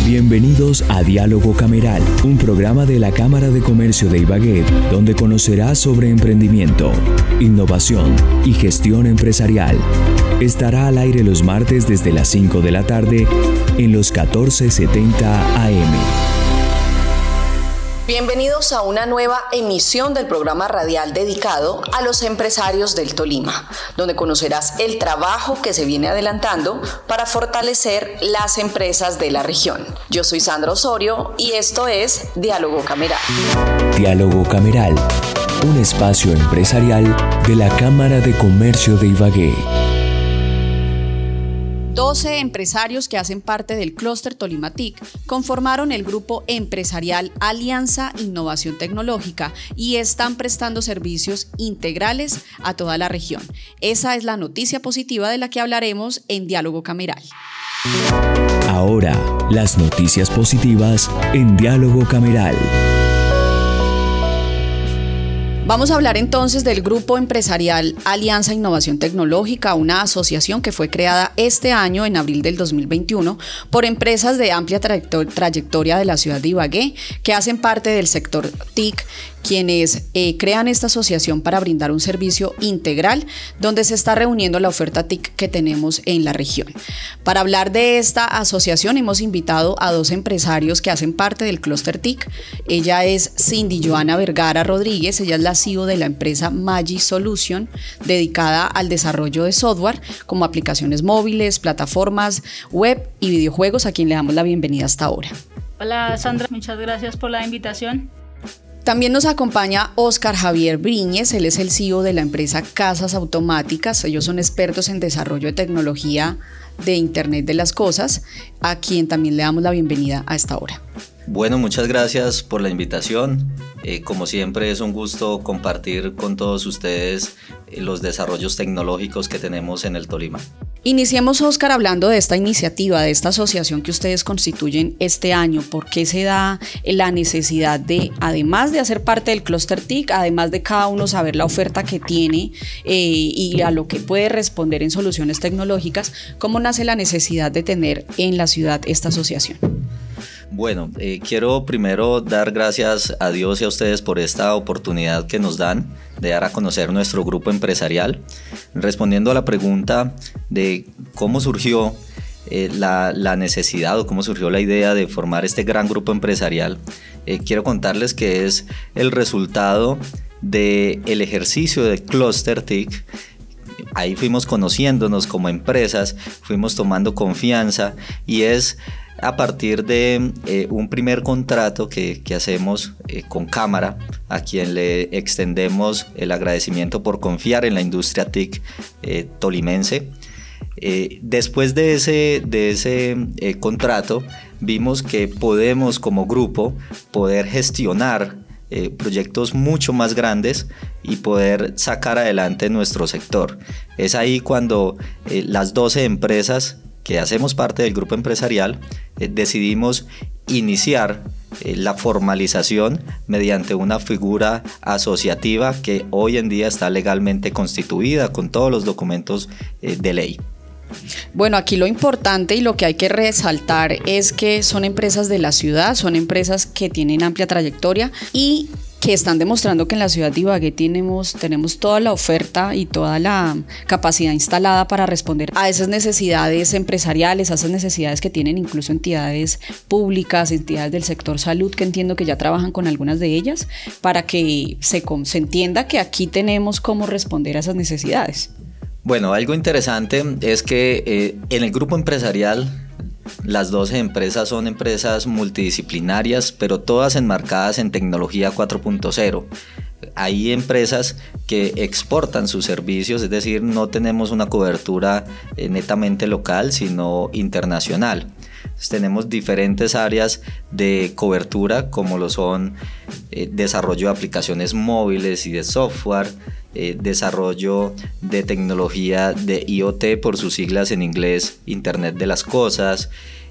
Bienvenidos a Diálogo Cameral, un programa de la Cámara de Comercio de Ibagué, donde conocerás sobre emprendimiento, innovación y gestión empresarial. Estará al aire los martes desde las 5 de la tarde en los 1470 AM. Bienvenidos a una nueva emisión del programa radial dedicado a los empresarios del Tolima, donde conocerás el trabajo que se viene adelantando para fortalecer las empresas de la región. Yo soy Sandra Osorio y esto es Diálogo Cameral. Diálogo Cameral, un espacio empresarial de la Cámara de Comercio de Ibagué. 12 empresarios que hacen parte del clúster Tolima TIC conformaron el grupo empresarial Alianza Innovación Tecnológica y están prestando servicios integrales a toda la región. Esa es la noticia positiva de la que hablaremos en Diálogo Cameral. Ahora, las noticias positivas en Diálogo Cameral. Vamos a hablar entonces del grupo empresarial Alianza Innovación Tecnológica, una asociación que fue creada este año, en abril del 2021, por empresas de amplia trayectoria de la ciudad de Ibagué, que hacen parte del sector TIC, quienes crean esta asociación para brindar un servicio integral donde se está reuniendo la oferta TIC que tenemos en la región. Para hablar de esta asociación hemos invitado a dos empresarios que hacen parte del clúster TIC. Ella es Cindy Joana Vergara Rodríguez, ella es la CEO de la empresa Magi Solution, dedicada al desarrollo de software como aplicaciones móviles, plataformas web y videojuegos, a quien le damos la bienvenida hasta ahora. Hola Sandra, muchas gracias por la invitación. También nos acompaña Óscar Javier Briñes, él es el CEO de la empresa Casas Automáticas, ellos son expertos en desarrollo de tecnología de Internet de las Cosas, a quien también le damos la bienvenida a esta hora. Bueno, muchas gracias por la invitación. Como siempre es un gusto compartir con todos ustedes los desarrollos tecnológicos que tenemos en el Tolima. Iniciemos, Óscar, hablando de esta iniciativa, de esta asociación que ustedes constituyen este año. ¿Por qué se da la necesidad de, además de hacer parte del clúster TIC, además de cada uno saber la oferta que tiene y a lo que puede responder en soluciones tecnológicas, cómo nace la necesidad de tener en la ciudad esta asociación? Bueno, quiero primero dar gracias a Dios y a ustedes por esta oportunidad que nos dan de dar a conocer nuestro grupo empresarial. Respondiendo a la pregunta de cómo surgió la necesidad o cómo surgió la idea de formar este gran grupo empresarial, quiero contarles que es el resultado del ejercicio del clúster TIC. Ahí fuimos conociéndonos como empresas, fuimos tomando confianza y es a partir de un primer contrato que hacemos con Cámara, a quien le extendemos el agradecimiento por confiar en la industria TIC tolimense. Después de ese contrato, vimos que podemos como grupo poder gestionar proyectos mucho más grandes y poder sacar adelante nuestro sector. Es ahí cuando las 12 empresas que hacemos parte del grupo empresarial, decidimos iniciar la formalización mediante una figura asociativa que hoy en día está legalmente constituida con todos los documentos de ley. Bueno, aquí lo importante y lo que hay que resaltar es que son empresas de la ciudad, son empresas que tienen amplia trayectoria y que están demostrando que en la ciudad de Ibagué tenemos toda la oferta y toda la capacidad instalada para responder a esas necesidades empresariales, a esas necesidades que tienen incluso entidades públicas, entidades del sector salud, que entiendo que ya trabajan con algunas de ellas, para que se entienda que aquí tenemos cómo responder a esas necesidades. Bueno, algo interesante es que en el grupo empresarial las 12 empresas son empresas multidisciplinarias, pero todas enmarcadas en tecnología 4.0. Hay empresas que exportan sus servicios, es decir, no tenemos una cobertura netamente local, sino internacional. Entonces, tenemos diferentes áreas de cobertura, como lo son desarrollo de aplicaciones móviles y de software, desarrollo de tecnología de IoT, por sus siglas en inglés, Internet de las Cosas,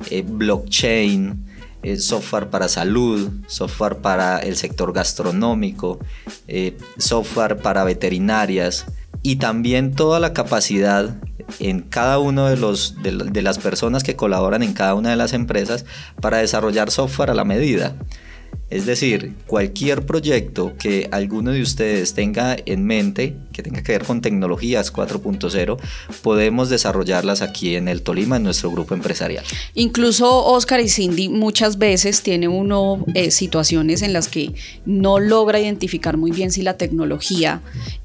blockchain, software para salud, software para el sector gastronómico, software para veterinarias y también toda la capacidad en cada uno de las personas que colaboran en cada una de las empresas para desarrollar software a la medida. Es decir, cualquier proyecto que alguno de ustedes tenga en mente, que tenga que ver con tecnologías 4.0, podemos desarrollarlas aquí en el Tolima, en nuestro grupo empresarial. Incluso Oscar y Cindy, muchas veces tiene uno situaciones en las que no logra identificar muy bien si la tecnología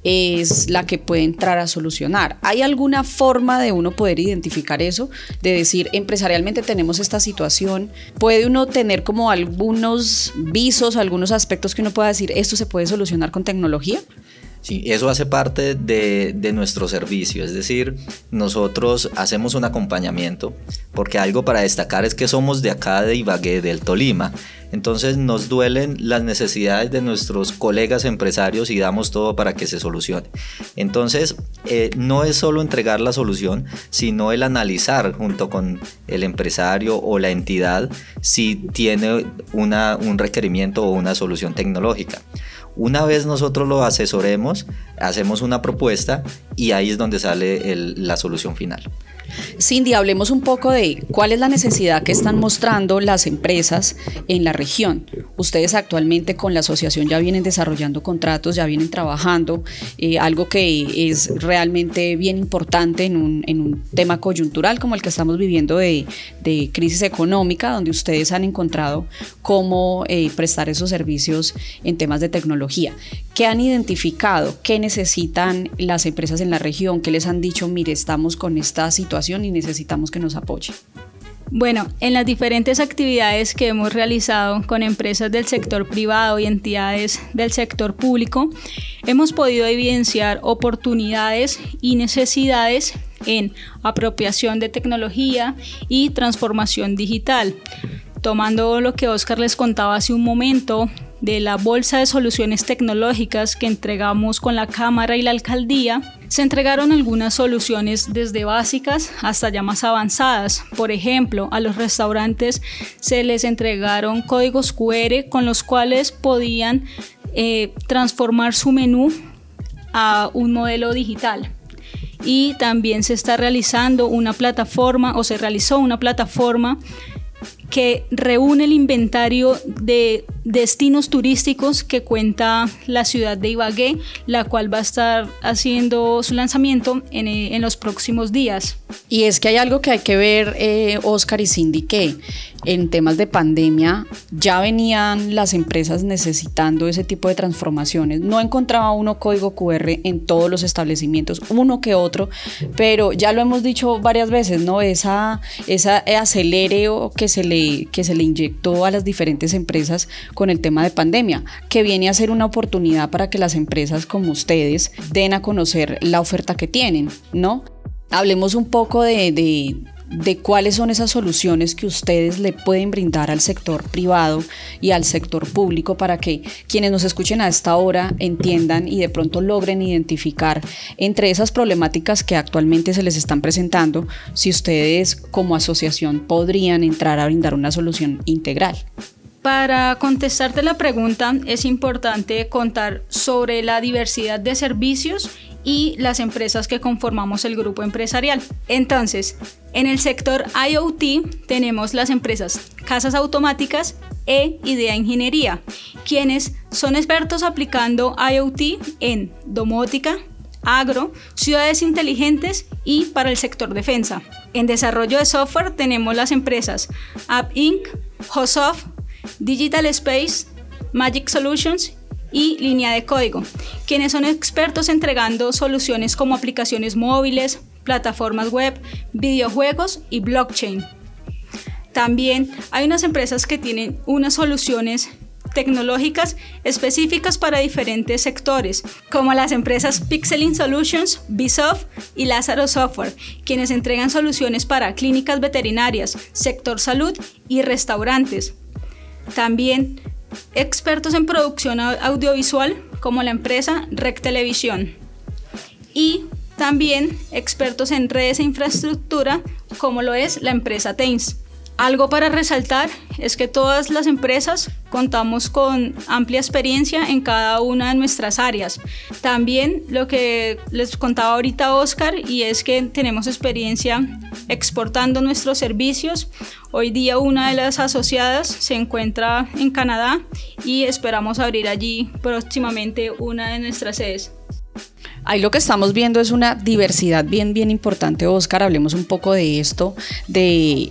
es la que puede entrar a solucionar. ¿Hay alguna forma de uno poder identificar eso? De decir, empresarialmente tenemos esta situación, ¿puede uno tener como algunos visos, algunos aspectos que uno pueda decir, esto se puede solucionar con tecnología? Sí, eso hace parte de nuestro servicio, es decir, nosotros hacemos un acompañamiento, porque algo para destacar es que somos de acá de Ibagué, del Tolima, entonces nos duelen las necesidades de nuestros colegas empresarios y damos todo para que se solucione. Entonces, no es solo entregar la solución, sino el analizar junto con el empresario o la entidad si tiene un requerimiento o una solución tecnológica. Una vez nosotros lo asesoremos, hacemos una propuesta y ahí es donde sale la solución final. Cindy, hablemos un poco de cuál es la necesidad que están mostrando las empresas en la región. Ustedes actualmente con la asociación ya vienen desarrollando contratos, ya vienen trabajando, algo que es realmente bien importante en un tema coyuntural como el que estamos viviendo de crisis económica, donde ustedes han encontrado cómo prestar esos servicios en temas de tecnología. ¿Qué han identificado? ¿Qué necesitan las empresas en la región? ¿Qué les han dicho? Mire, estamos con esta situación y necesitamos que nos apoyen. Bueno, en las diferentes actividades que hemos realizado con empresas del sector privado y entidades del sector público, hemos podido evidenciar oportunidades y necesidades en apropiación de tecnología y transformación digital. Tomando lo que Oscar les contaba hace un momento de la bolsa de soluciones tecnológicas que entregamos con la Cámara y la Alcaldía, se entregaron algunas soluciones desde básicas hasta ya más avanzadas. Por ejemplo, a los restaurantes se les entregaron códigos QR con los cuales podían transformar su menú a un modelo digital. Y también se está realizando una plataforma, o se realizó una plataforma que reúne el inventario de destinos turísticos que cuenta la ciudad de Ibagué, la cual va a estar haciendo su lanzamiento en los próximos días. Y es que hay algo que hay que ver, Oscar y Cindy, que en temas de pandemia ya venían las empresas necesitando ese tipo de transformaciones. No encontraba uno código QR en todos los establecimientos, uno que otro, pero ya lo hemos dicho varias veces, ¿no? Esa acelero que se le inyectó a las diferentes empresas con el tema de pandemia, que viene a ser una oportunidad para que las empresas como ustedes den a conocer la oferta que tienen, ¿no? Hablemos un poco de cuáles son esas soluciones que ustedes le pueden brindar al sector privado y al sector público para que quienes nos escuchen a esta hora entiendan y de pronto logren identificar entre esas problemáticas que actualmente se les están presentando, si ustedes como asociación podrían entrar a brindar una solución integral. Para contestarte la pregunta, es importante contar sobre la diversidad de servicios y las empresas que conformamos el grupo empresarial. Entonces, en el sector IoT tenemos las empresas Casas Automáticas e Idea Ingeniería, quienes son expertos aplicando IoT en domótica, agro, ciudades inteligentes y para el sector defensa. En desarrollo de software tenemos las empresas App Inc., Hosoft, Digital Space, Magic Solutions y Línea de Código, quienes son expertos entregando soluciones como aplicaciones móviles, plataformas web, videojuegos y blockchain. También hay unas empresas que tienen unas soluciones tecnológicas específicas para diferentes sectores, como las empresas Pixeling Solutions, Bsoft y Lázaro Software, quienes entregan soluciones para clínicas veterinarias, sector salud y restaurantes. También expertos en producción audiovisual, como la empresa Rec Televisión. Y también expertos en redes e infraestructura, como lo es la empresa Teams. Algo para resaltar es que todas las empresas contamos con amplia experiencia en cada una de nuestras áreas. También lo que les contaba ahorita Oscar, y es que tenemos experiencia exportando nuestros servicios. Hoy día una de las asociadas se encuentra en Canadá y esperamos abrir allí próximamente una de nuestras sedes. Ahí lo que estamos viendo es una diversidad bien importante, Oscar. Hablemos un poco de esto, de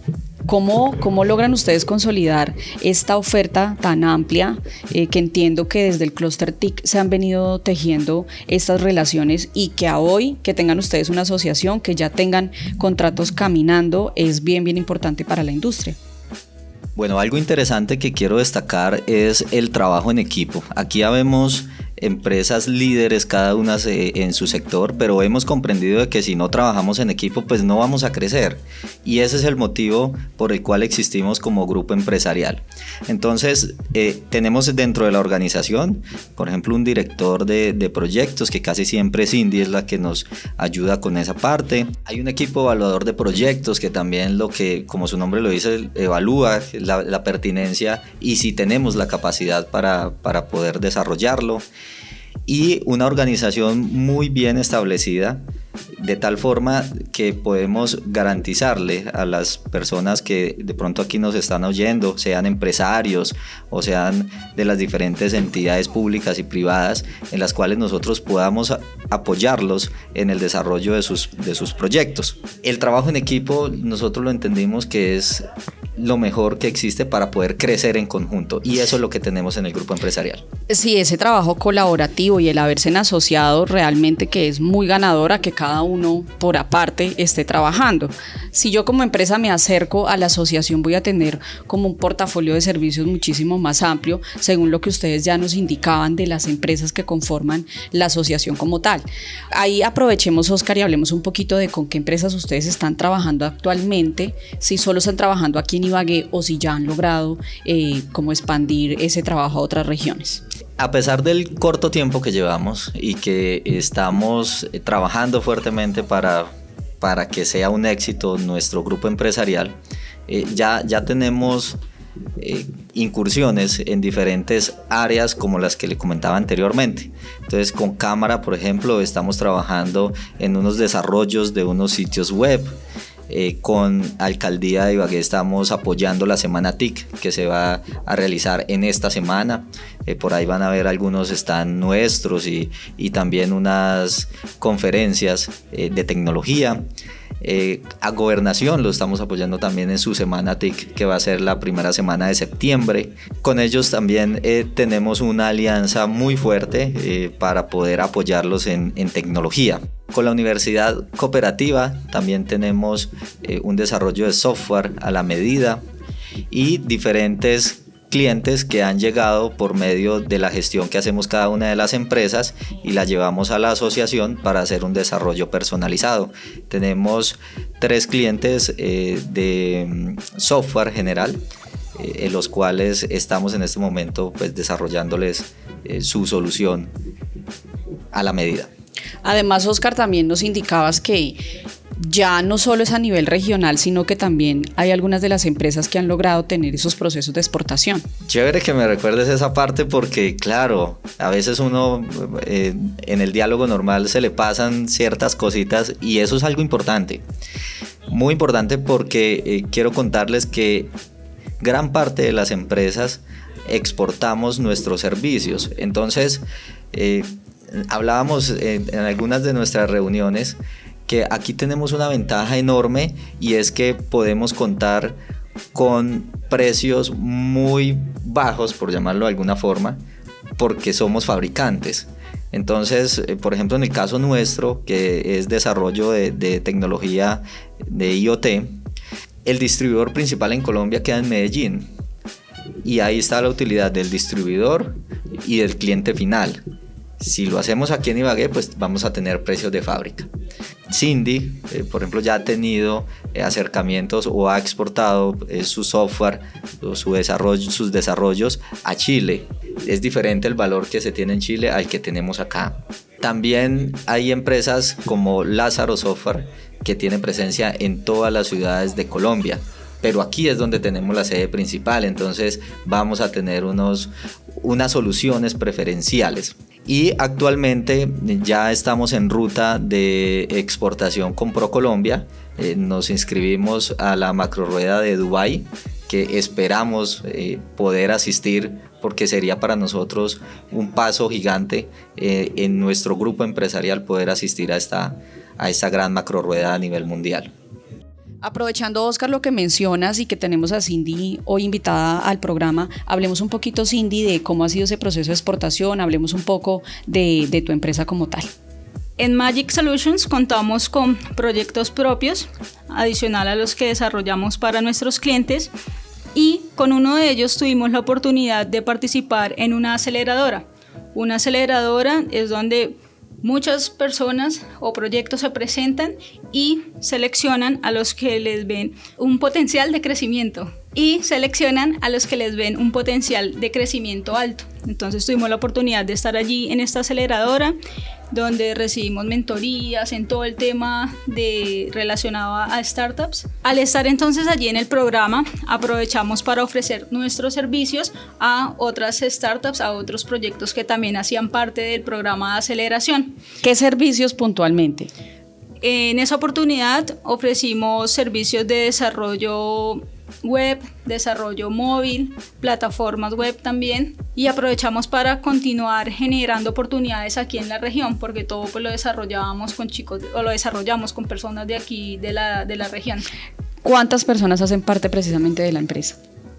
¿Cómo logran ustedes consolidar esta oferta tan amplia que entiendo que desde el Clúster TIC se han venido tejiendo estas relaciones y que a hoy que tengan ustedes una asociación, que ya tengan contratos caminando, es bien importante para la industria? Bueno, algo interesante que quiero destacar es el trabajo en equipo. Aquí ya vemos empresas líderes, cada una en su sector, pero hemos comprendido de que si no trabajamos en equipo, pues no vamos a crecer. Y ese es el motivo por el cual existimos como grupo empresarial. Entonces, tenemos dentro de la organización, por ejemplo, un director de proyectos, que casi siempre Cindy es la que nos ayuda con esa parte. Hay un equipo evaluador de proyectos que también como su nombre lo dice, evalúa la pertinencia y si tenemos la capacidad para poder desarrollarlo. Y una organización muy bien establecida, de tal forma que podemos garantizarle a las personas que de pronto aquí nos están oyendo, sean empresarios o sean de las diferentes entidades públicas y privadas, en las cuales nosotros podamos apoyarlos en el desarrollo de sus proyectos. El trabajo en equipo nosotros lo entendimos que es lo mejor que existe para poder crecer en conjunto, y eso es lo que tenemos en el grupo empresarial. Sí, ese trabajo colaborativo y el haberse asociado realmente que es muy ganador a que cada uno por aparte esté trabajando. Si yo como empresa me acerco a la asociación, voy a tener como un portafolio de servicios muchísimo más amplio, según lo que ustedes ya nos indicaban de las empresas que conforman la asociación como tal. Ahí aprovechemos, Oscar, y hablemos un poquito de con qué empresas ustedes están trabajando actualmente, si solo están trabajando aquí en Ibagué o si ya han logrado como expandir ese trabajo a otras regiones. A pesar del corto tiempo que llevamos y que estamos trabajando fuertemente para que sea un éxito nuestro grupo empresarial, ya tenemos incursiones en diferentes áreas como las que le comentaba anteriormente. Entonces, con Cámara, por ejemplo, estamos trabajando en unos desarrollos de unos sitios web. Con Alcaldía de Ibagué estamos apoyando la Semana TIC que se va a realizar en esta semana. Por ahí van a ver algunos stands nuestros y también unas conferencias de tecnología. A Gobernación lo estamos apoyando también en su Semana TIC, que va a ser la primera semana de septiembre. Con ellos también tenemos una alianza muy fuerte para poder apoyarlos en tecnología. Con la Universidad Cooperativa también tenemos un desarrollo de software a la medida y diferentes clientes que han llegado por medio de la gestión que hacemos cada una de las empresas y la llevamos a la asociación para hacer un desarrollo personalizado. Tenemos 3 clientes de software general, en los cuales estamos en este momento pues desarrollándoles su solución a la medida. Además, Oscar, también nos indicabas que ya no solo es a nivel regional, sino que también hay algunas de las empresas que han logrado tener esos procesos de exportación. Chévere que me recuerdes esa parte porque, claro, a veces uno en el diálogo normal se le pasan ciertas cositas y eso es algo importante. Muy importante porque quiero contarles que gran parte de las empresas exportamos nuestros servicios. Entonces, hablábamos en algunas de nuestras reuniones que aquí tenemos una ventaja enorme y es que podemos contar con precios muy bajos, por llamarlo de alguna forma, porque somos fabricantes. Entonces, por ejemplo, en el caso nuestro, que es desarrollo de tecnología de IoT, el distribuidor principal en Colombia queda en Medellín y ahí está la utilidad del distribuidor y del cliente final. Si lo hacemos aquí en Ibagué, pues vamos a tener precios de fábrica. Cindy, por ejemplo, ya ha tenido acercamientos o ha exportado su software o sus desarrollos a Chile. Es diferente el valor que se tiene en Chile al que tenemos acá. También hay empresas como Lázaro Software que tienen presencia en todas las ciudades de Colombia. pero aquí es donde tenemos la sede principal, entonces vamos a tener unas soluciones preferenciales. Y actualmente ya estamos en ruta de exportación con ProColombia. Nos inscribimos a la macrorueda de Dubái, que esperamos poder asistir, porque sería para nosotros un paso gigante en nuestro grupo empresarial poder asistir a esta gran macrorueda a nivel mundial. Aprovechando, Oscar, lo que mencionas y que tenemos a Cindy hoy invitada al programa, hablemos un poquito, Cindy, de cómo ha sido ese proceso de exportación, hablemos un poco de tu empresa como tal. En Magic Solutions contamos con proyectos propios, adicional a los que desarrollamos para nuestros clientes, y con uno de ellos tuvimos la oportunidad de participar en una aceleradora. Una aceleradora es donde muchas personas o proyectos se presentan y seleccionan a los que les ven un potencial de crecimiento y seleccionan a los que les ven un potencial de crecimiento alto. Entonces tuvimos la oportunidad de estar allí en esta aceleradora, donde recibimos mentorías en todo el tema relacionado a startups. Al estar entonces allí en el programa, aprovechamos para ofrecer nuestros servicios a otras startups, a otros proyectos que también hacían parte del programa de aceleración. ¿Qué servicios puntualmente? En esa oportunidad ofrecimos servicios de desarrollo web, desarrollo móvil, plataformas web también, y aprovechamos para continuar generando oportunidades aquí en la región, porque todo pues lo desarrollábamos con chicos o lo desarrollamos con personas de aquí de la región. ¿Cuántas personas hacen parte precisamente de la empresa?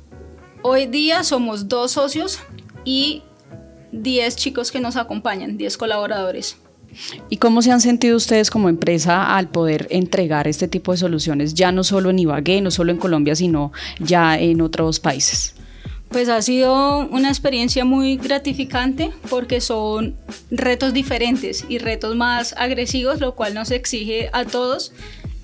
Hoy día somos 2 socios y 10 chicos que nos acompañan, 10 colaboradores. ¿Y cómo se han sentido ustedes como empresa al poder entregar este tipo de soluciones, ya no solo en Ibagué, no solo en Colombia, sino ya en otros países? Pues ha sido una experiencia muy gratificante, porque son retos diferentes y retos más agresivos, lo cual nos exige a todos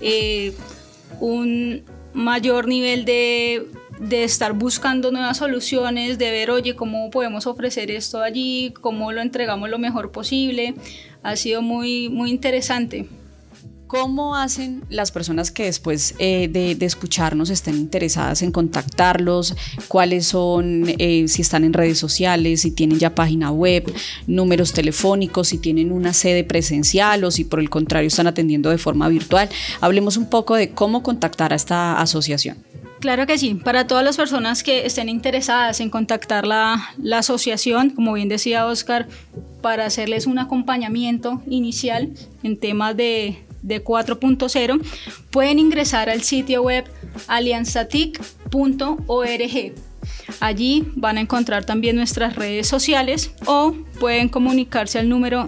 un mayor nivel de estar buscando nuevas soluciones, de ver, oye, cómo podemos ofrecer esto allí, cómo lo entregamos lo mejor posible. Ha sido muy, muy interesante. ¿Cómo hacen las personas que después de escucharnos estén interesadas en contactarlos? ¿Cuáles son, si están en redes sociales, si tienen ya página web, números telefónicos, si tienen una sede presencial o si por el contrario están atendiendo de forma virtual? Hablemos un poco de cómo contactar a esta asociación. Claro que sí, para todas las personas que estén interesadas en contactar la asociación, como bien decía Oscar, para hacerles un acompañamiento inicial en temas de 4.0, pueden ingresar al sitio web alianzatic.org. Allí van a encontrar también nuestras redes sociales, o pueden comunicarse al número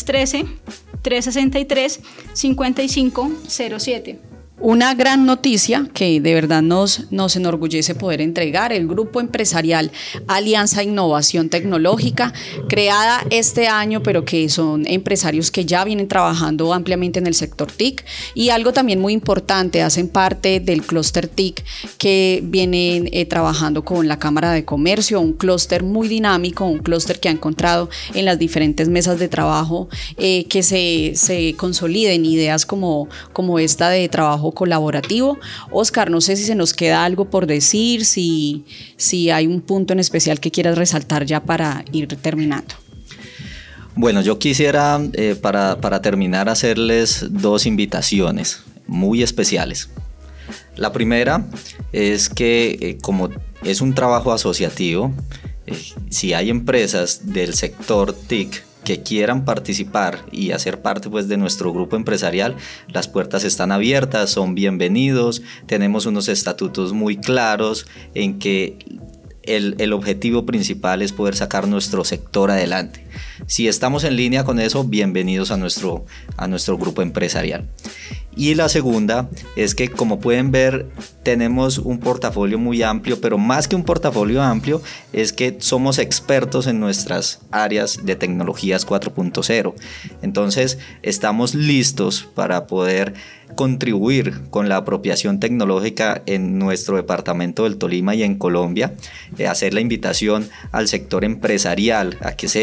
313-363-5507. Una gran noticia que de verdad nos enorgullece poder entregar: el grupo empresarial Alianza Innovación Tecnológica, creada este año, pero que son empresarios que ya vienen trabajando ampliamente en el sector TIC, y algo también muy importante, hacen parte del clúster TIC que vienen trabajando con la Cámara de Comercio, un clúster muy dinámico, un clúster que ha encontrado en las diferentes mesas de trabajo que se consoliden ideas como esta de trabajo colaborativo. Oscar, no sé si se nos queda algo por decir, si hay un punto en especial que quieras resaltar ya para ir terminando. Bueno, yo quisiera para terminar hacerles 2 invitaciones muy especiales. La primera es que como es un trabajo asociativo, si hay empresas del sector TIC que quieran participar y hacer parte pues de nuestro grupo empresarial, las puertas están abiertas, son bienvenidos. Tenemos unos estatutos muy claros en que el objetivo principal es poder sacar nuestro sector adelante. Si estamos en línea con eso, bienvenidos a nuestro grupo empresarial. Y la segunda es que, como pueden ver, tenemos un portafolio muy amplio, pero más que un portafolio amplio, es que somos expertos en nuestras áreas de tecnologías 4.0. Entonces, estamos listos para poder contribuir con la apropiación tecnológica en nuestro departamento del Tolima y en Colombia, hacer la invitación al sector empresarial a que sepan que aquí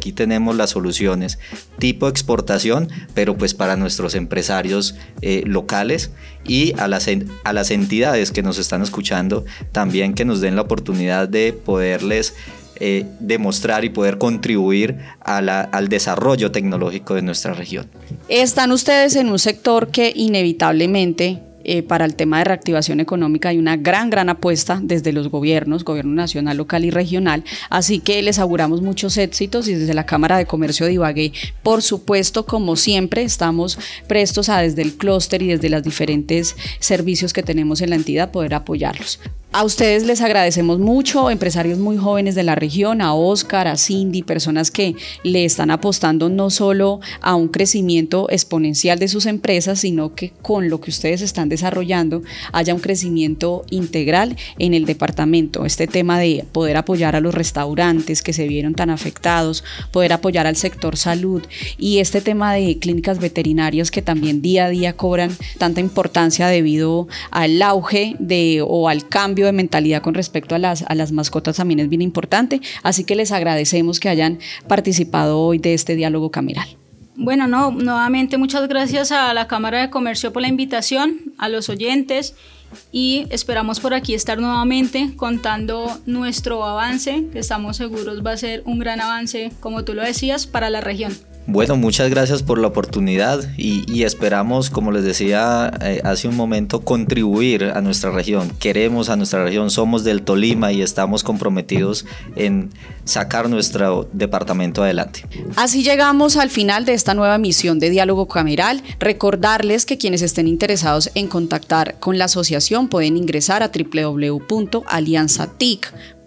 aquí tenemos las soluciones tipo exportación, pero pues para nuestros empresarios locales, y a las entidades que nos están escuchando también, que nos den la oportunidad de poderles demostrar y poder contribuir al desarrollo tecnológico de nuestra región. Están ustedes en un sector que inevitablemente para el tema de reactivación económica hay una gran apuesta desde los gobierno nacional, local y regional, así que les auguramos muchos éxitos, y desde la Cámara de Comercio de Ibagué, por supuesto, como siempre, estamos prestos a, desde el clúster y desde los diferentes servicios que tenemos en la entidad, poder apoyarlos. A ustedes les agradecemos mucho, empresarios muy jóvenes de la región, a Oscar, a Cindy, personas que le están apostando no solo a un crecimiento exponencial de sus empresas, sino que con lo que ustedes están desarrollando haya un crecimiento integral en el departamento. Este tema de poder apoyar a los restaurantes que se vieron tan afectados, poder apoyar al sector salud, y este tema de clínicas veterinarias que también día a día cobran tanta importancia debido al auge o al cambio de mentalidad con respecto a las mascotas, también es bien importante, así que les agradecemos que hayan participado hoy de este diálogo cameral. Bueno, nuevamente muchas gracias a la Cámara de Comercio por la invitación, a los oyentes, y esperamos por aquí estar nuevamente contando nuestro avance, que estamos seguros va a ser un gran avance, como tú lo decías, para la región. Bueno, muchas gracias por la oportunidad y esperamos, como les decía hace un momento, contribuir a nuestra región. Queremos a nuestra región, somos del Tolima y estamos comprometidos en sacar nuestro departamento adelante. Así llegamos al final de esta nueva emisión de Diálogo Cameral. Recordarles que quienes estén interesados en contactar con la asociación pueden ingresar a www.alianzatic.org.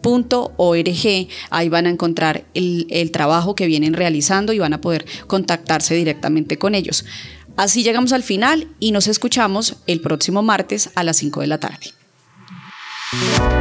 Ahí van a encontrar el trabajo que vienen realizando y van a poder contactarse directamente con ellos. Así llegamos al final y nos escuchamos el próximo martes a las 5 de la tarde.